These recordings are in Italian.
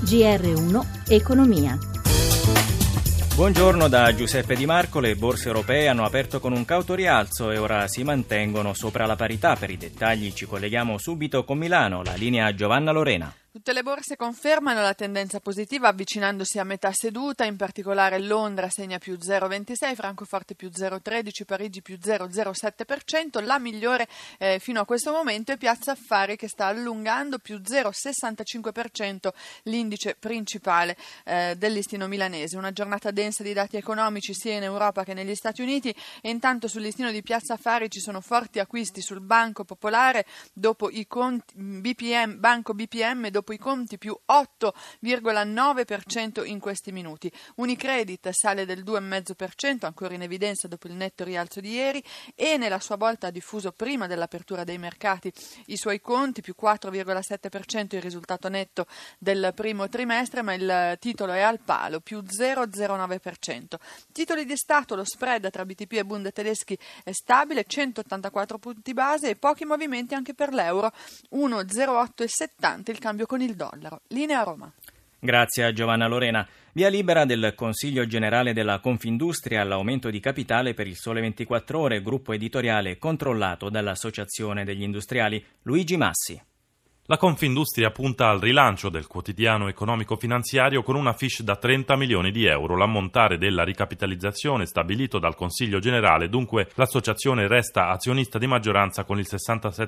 GR1 Economia. Buongiorno da Giuseppe Di Marco. Le borse europee hanno aperto con un cauto rialzo e ora si mantengono sopra la parità. Per i dettagli ci colleghiamo subito con Milano. La linea Giovanna Lorena. Tutte le borse confermano la tendenza positiva avvicinandosi a metà seduta, in particolare Londra segna più 0,26, Francoforte più 0,13, Parigi più 0,07%, la migliore fino a questo momento è Piazza Affari che sta allungando più 0,65% l'indice principale del listino milanese. Una giornata densa di dati economici sia in Europa che negli Stati Uniti e intanto sul listino di Piazza Affari ci sono forti acquisti sul Banco Popolare dopo i conti Banco BPM dopo i conti più 8,9% in questi minuti. Unicredit sale del 2,5%, ancora in evidenza dopo il netto rialzo di ieri, e nella sua volta ha diffuso prima dell'apertura dei mercati i suoi conti, più 4,7% il risultato netto del primo trimestre, ma il titolo è al palo, più 0,09%. Titoli di Stato, lo spread tra BTP e Bund tedeschi è stabile, 184 punti base e pochi movimenti anche per l'euro, 1,0870 il cambio con il dollaro. Linea Roma. Grazie a Giovanna Lorena. Via libera del Consiglio Generale della Confindustria all'aumento di capitale per il Sole 24 Ore, gruppo editoriale controllato dall'Associazione degli Industriali. Luigi Massi. La Confindustria punta al rilancio del quotidiano economico-finanziario con una fiche da 30 milioni di euro. L'ammontare della ricapitalizzazione stabilito dal Consiglio Generale, dunque l'associazione resta azionista di maggioranza con il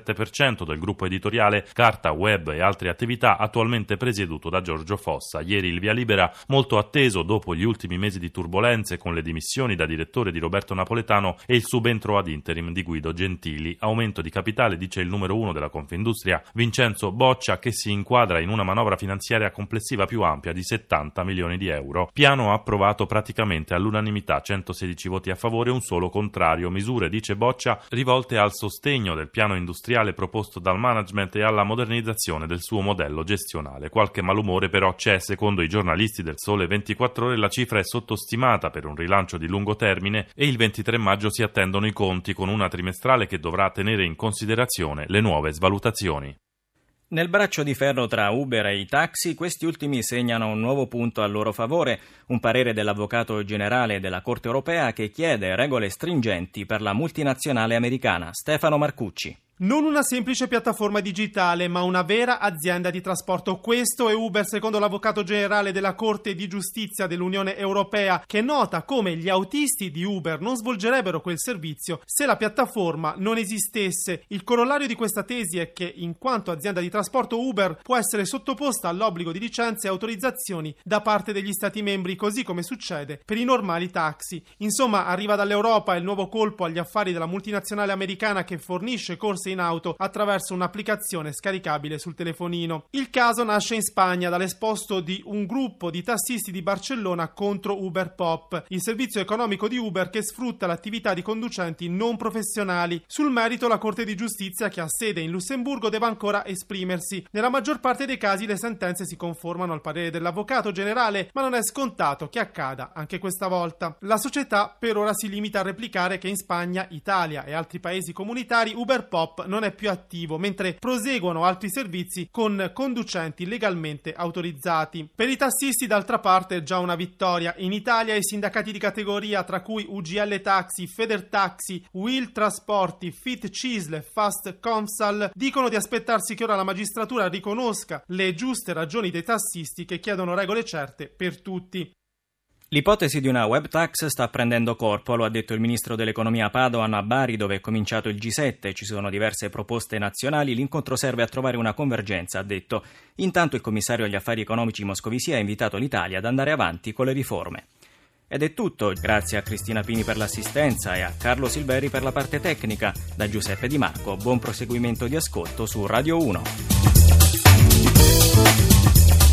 67% del gruppo editoriale carta, web e altre attività, attualmente presieduto da Giorgio Fossa. Ieri il via libera, molto atteso dopo gli ultimi mesi di turbolenze con le dimissioni da direttore di Roberto Napoletano e il subentro ad interim di Guido Gentili. Aumento di capitale, dice il numero 1 della Confindustria, Vincenzo Boccia, che si inquadra in una manovra finanziaria complessiva più ampia di 70 milioni di euro. Piano approvato praticamente all'unanimità, 116 voti a favore e un solo contrario. Misure, dice Boccia, rivolte al sostegno del piano industriale proposto dal management e alla modernizzazione del suo modello gestionale. Qualche malumore però c'è. Secondo i giornalisti del Sole 24 Ore la cifra è sottostimata per un rilancio di lungo termine e il 23 maggio si attendono i conti con una trimestrale che dovrà tenere in considerazione le nuove svalutazioni. Nel braccio di ferro tra Uber e i taxi, questi ultimi segnano un nuovo punto a loro favore, un parere dell'avvocato generale della Corte europea che chiede regole stringenti per la multinazionale americana. Stefano Marcucci. Non una semplice piattaforma digitale, ma una vera azienda di trasporto. Questo è Uber, secondo l'avvocato generale della Corte di Giustizia dell'Unione Europea, che nota come gli autisti di Uber non svolgerebbero quel servizio se la piattaforma non esistesse. Il corollario di questa tesi è che, in quanto azienda di trasporto, Uber può essere sottoposta all'obbligo di licenze e autorizzazioni da parte degli Stati membri, così come succede per i normali taxi. Insomma, arriva dall'Europa il nuovo colpo agli affari della multinazionale americana che fornisce corse in auto attraverso un'applicazione scaricabile sul telefonino. Il caso nasce in Spagna dall'esposto di un gruppo di tassisti di Barcellona contro Uber Pop, il servizio economico di Uber che sfrutta l'attività di conducenti non professionali. Sul merito la Corte di Giustizia, che ha sede in Lussemburgo, deve ancora esprimersi. Nella maggior parte dei casi le sentenze si conformano al parere dell'avvocato generale, ma non è scontato che accada anche questa volta. La società per ora si limita a replicare che in Spagna, Italia e altri paesi comunitari Uber Pop non è più attivo, mentre proseguono altri servizi con conducenti legalmente autorizzati. Per i tassisti, d'altra parte, è già una vittoria. In Italia i sindacati di categoria, tra cui UGL Taxi, Federtaxi, Will Trasporti, Fit Cisle, Fast Comsal, dicono di aspettarsi che ora la magistratura riconosca le giuste ragioni dei tassisti che chiedono regole certe per tutti. L'ipotesi di una web tax sta prendendo corpo, lo ha detto il ministro dell'economia Padoan a Bari, dove è cominciato il G7. Ci sono diverse proposte nazionali, l'incontro serve a trovare una convergenza, ha detto. Intanto il commissario agli affari economici Moscovici ha invitato l'Italia ad andare avanti con le riforme. Ed è tutto, grazie a Cristina Pini per l'assistenza e a Carlo Silveri per la parte tecnica. Da Giuseppe Di Marco, buon proseguimento di ascolto su Radio 1.